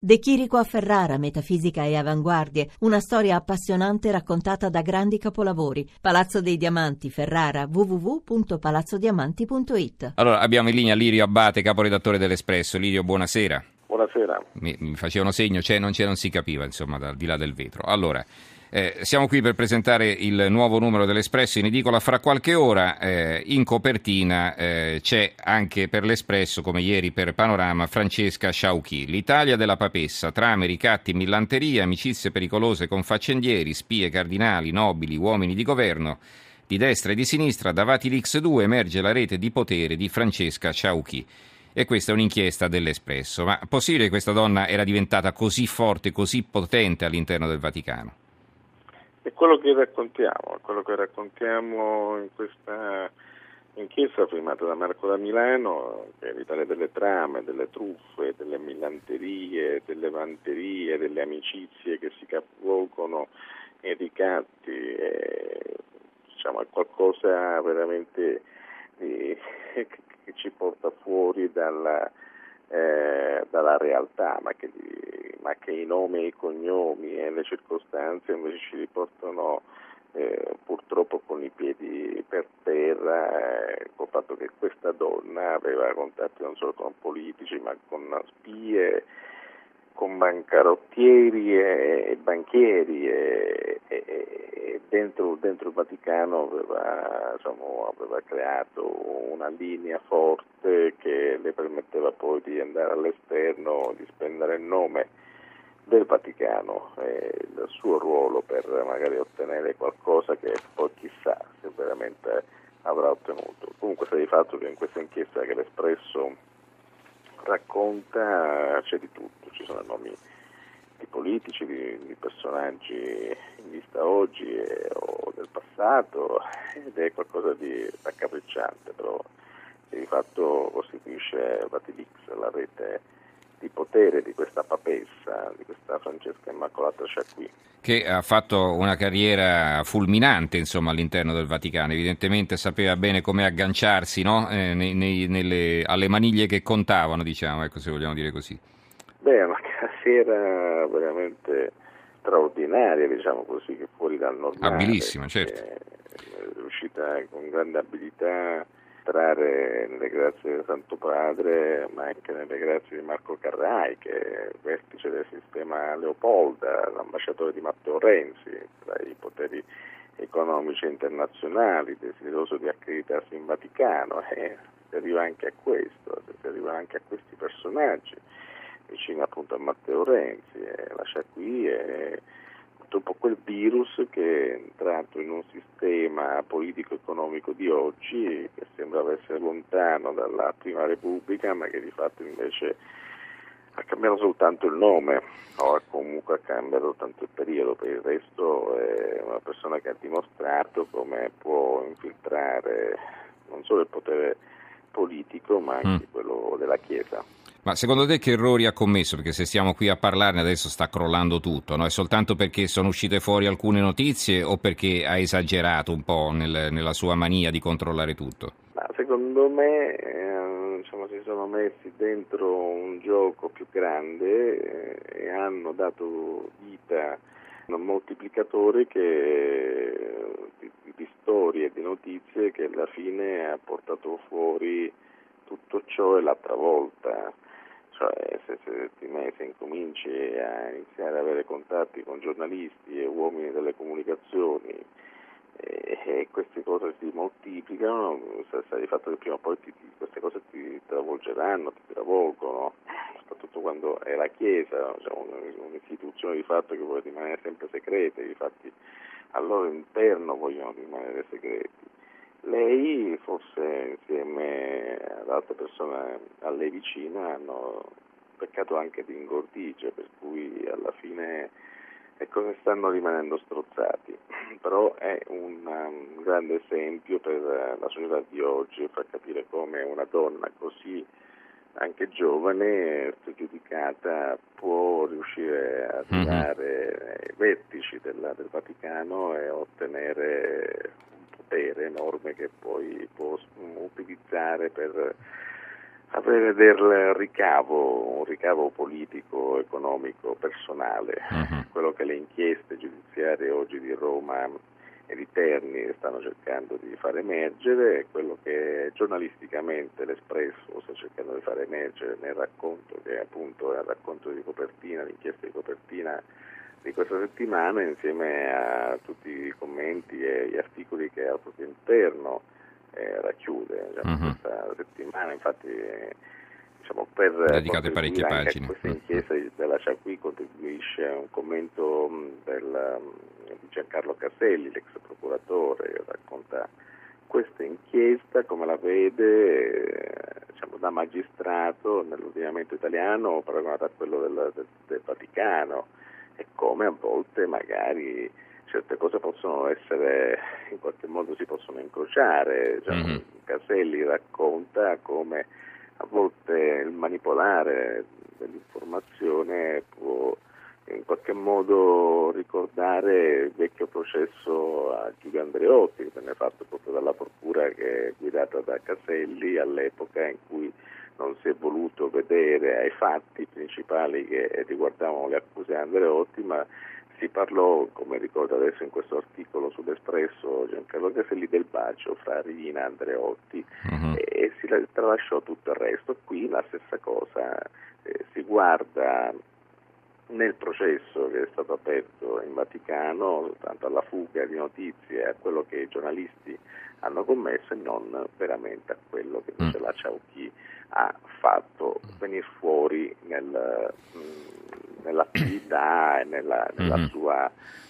De Chirico a Ferrara, metafisica e avanguardie, una storia appassionante raccontata da grandi capolavori. Palazzo dei Diamanti, Ferrara, www.palazzodiamanti.it. Allora, abbiamo in linea Lirio Abbate, caporedattore dell'Espresso. Lirio, buonasera. Buonasera. Mi facevano segno, non si capiva, insomma, al di là del vetro. Allora, siamo qui per presentare il nuovo numero dell'Espresso in edicola fra qualche ora. In copertina c'è anche per l'Espresso, come ieri per Panorama, Francesca Sciauchi. L'Italia della papessa, trame, ricatti, millanterie, amicizie pericolose con faccendieri, spie, cardinali, nobili, uomini di governo, di destra e di sinistra. Da Vatilix 2 emerge la rete di potere di Francesca Sciauchi. E questa è un'inchiesta dell'Espresso. Ma possibile che questa donna era diventata così forte, così potente all'interno del Vaticano? È quello che raccontiamo in questa inchiesta firmata da Marco da Milano, che è l'Italia delle trame, delle truffe, delle millanterie, delle vanterie, delle amicizie che si capovolgono in ricatti. È qualcosa veramente che ci porta fuori dalla realtà, ma che i nomi e i cognomi e le circostanze invece ci riportano purtroppo con i piedi per terra, col fatto che questa donna aveva contatti non solo con politici ma con spie, con bancarottieri e banchieri e dentro il Vaticano aveva creato una linea forte che le permetteva poi di andare all'esterno, di spendere il nome del Vaticano e il suo ruolo per magari ottenere qualcosa che poi chissà se veramente avrà ottenuto. Comunque sta di fatto che in questa inchiesta che l'Espresso racconta c'è di tutto, ci sono nomi di politici, di personaggi in vista oggi o del passato, ed è qualcosa di raccapricciante, però di fatto costituisce Vatilix, la rete di potere di questa papessa, di questa Francesca Immacolata Sciauchi, che ha fatto una carriera fulminante, insomma, all'interno del Vaticano. Evidentemente sapeva bene come agganciarsi, no? Alle maniglie che contavano, diciamo, ecco, se vogliamo dire così. Beh, una carriera veramente straordinaria, diciamo così, che fuori dal normale. Abilissima, certo. È riuscita con grande abilità a entrare nelle grazie del Santo Padre, ma anche nelle grazie di Marco Carrai, che è vertice del sistema Leopolda, l'ambasciatore di Matteo Renzi, tra i poteri economici internazionali, desideroso di accreditarsi in Vaticano, e si arriva anche a questo, si arriva anche a questi personaggi, vicino appunto a Matteo Renzi, e lascia qui purtroppo quel virus che è entrato in un sistema politico-economico di oggi che sembrava essere lontano dalla Prima Repubblica, ma che di fatto invece ha cambiato soltanto il nome, o comunque ha cambiato soltanto il periodo. Per il resto è una persona che ha dimostrato come può infiltrare non solo il potere politico ma anche quello della Chiesa. Ma secondo te che errori ha commesso? Perché se stiamo qui a parlarne adesso sta crollando tutto, no? È soltanto perché sono uscite fuori alcune notizie o perché ha esagerato un po' nella sua mania di controllare tutto? Ma secondo me si sono messi dentro un gioco più grande e hanno dato vita a un moltiplicatore di storie e di notizie che alla fine ha portato fuori tutto ciò e l'altra volta. Cioè, se incominci a iniziare ad avere contatti con giornalisti e uomini delle comunicazioni e queste cose si moltiplicano, sai di fatto che prima o poi queste cose ti travolgeranno, ti travolgono, soprattutto quando è la Chiesa, cioè un'istituzione di fatto che vuole rimanere sempre segreta, infatti al loro interno vogliono rimanere segreti. Lei, forse insieme ad altre persone a lei vicine, hanno peccato anche di ingordigia, per cui alla fine ne stanno rimanendo strozzati. Però è un grande esempio per la società di oggi, fa capire come una donna così anche giovane, spregiudicata, può riuscire a arrivare ai vertici del Vaticano e ottenere potere enorme che poi può utilizzare per avere del ricavo, un ricavo politico, economico, personale. Quello che le inchieste giudiziarie oggi di Roma e di Terni stanno cercando di far emergere, è quello che giornalisticamente l'Espresso sta cercando di far emergere nel racconto, che appunto è il racconto di copertina, l'inchiesta di copertina di questa settimana, insieme a tutti i commenti e gli articoli che al proprio interno racchiude. Questa settimana infatti per dedicate parecchie pagine. A questa inchiesta della Ciacqui contribuisce un commento di Giancarlo Caselli, l'ex procuratore, che racconta questa inchiesta come la vede da magistrato nell'ordinamento italiano paragonato a quello del Vaticano, e come a volte magari certe cose possono essere, in qualche modo si possono incrociare. Caselli racconta come a volte il manipolare dell'informazione può in qualche modo ricordare il vecchio processo a Giulio Andreotti, che venne fatto proprio dalla procura che è guidata da Caselli all'epoca, in cui non si è voluto vedere ai fatti principali che riguardavano le accuse a Andreotti, ma si parlò, come ricordo adesso in questo articolo sull'Espresso Giancarlo Caselli, del bacio fra Rina e Andreotti, e si tralasciò tutto il resto. Qui la stessa cosa, si guarda nel processo che è stato aperto in Vaticano soltanto alla fuga di notizie, a quello che i giornalisti hanno commesso, e non veramente a quello che invece la Ciauchi ha fatto venire fuori nell'attività e nella sua,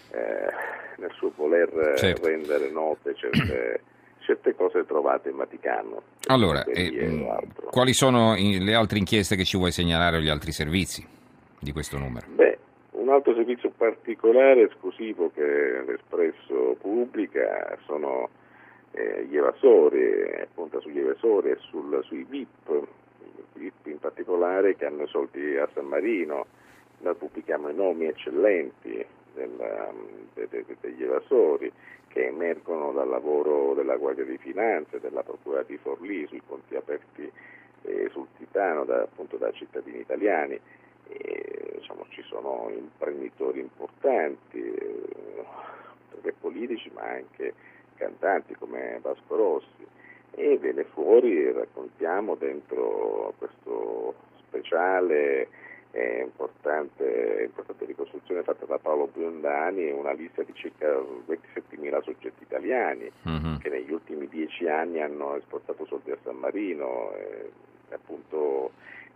nel suo voler rendere note certe cose trovate in Vaticano. Allora, quali sono le altre inchieste che ci vuoi segnalare, o gli altri servizi di questo numero? Un altro servizio particolare, esclusivo, che l'Espresso pubblica sono gli evasori, punta sugli evasori e sui VIP in particolare, che hanno i soldi a San Marino. Noi pubblichiamo i nomi eccellenti degli evasori che emergono dal lavoro della Guardia di Finanza e della Procura di Forlì sui conti aperti sul Titano appunto da cittadini italiani. Ci sono imprenditori importanti, perché politici, ma anche cantanti come Vasco Rossi, e viene fuori, raccontiamo dentro questo speciale importante ricostruzione fatta da Paolo Biondani, una lista di circa 27.000 soggetti italiani che negli ultimi 10 anni hanno esportato soldi a San Marino, appunto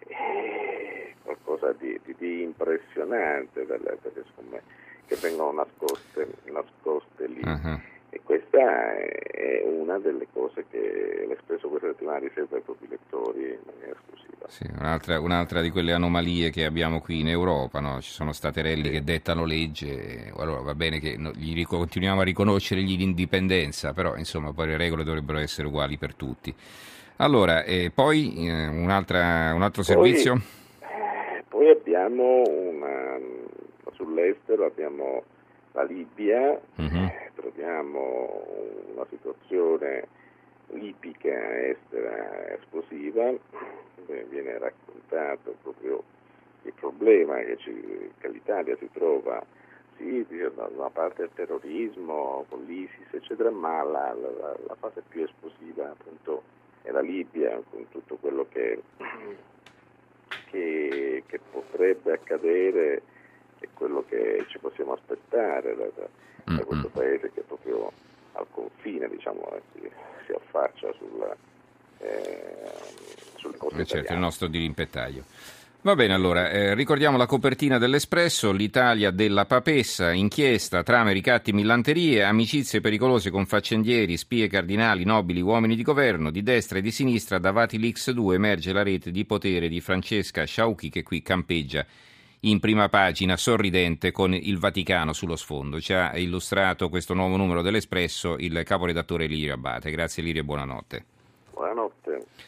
qualcosa di impressionante, delle somme che vengono nascoste lì. E questa è una delle cose che l'Espresso questa settimana riserva ai propri lettori in maniera esclusiva. Sì, un'altra di quelle anomalie che abbiamo qui in Europa, no? Ci sono statelelli che dettano legge, allora va bene che continuiamo a riconoscergli l'indipendenza, però insomma poi le regole dovrebbero essere uguali per tutti. Allora, poi un altro servizio? Poi abbiamo sull'estero abbiamo la Libia, troviamo una situazione libica estera esplosiva, viene raccontato proprio il problema che l'Italia si trova, sì, da una parte del terrorismo, con l'ISIS, eccetera, ma la fase più esplosiva appunto è la Libia, con tutto quello che potrebbe accadere e quello che ci possiamo aspettare da questo paese che è proprio al confine, si affaccia sulle coste italiane. Certo, il nostro dirimpettaio. Va bene, allora, ricordiamo la copertina dell'Espresso: l'Italia della papessa, inchiesta, trame, ricatti, millanterie, amicizie pericolose con faccendieri, spie, cardinali, nobili, uomini di governo, di destra e di sinistra. Da Vatilix 2 emerge la rete di potere di Francesca Ciauchi, che qui campeggia in prima pagina, sorridente, con il Vaticano sullo sfondo. Ci ha illustrato questo nuovo numero dell'Espresso il caporedattore Lirio Abbate. Grazie Lirio e buonanotte. Buonanotte.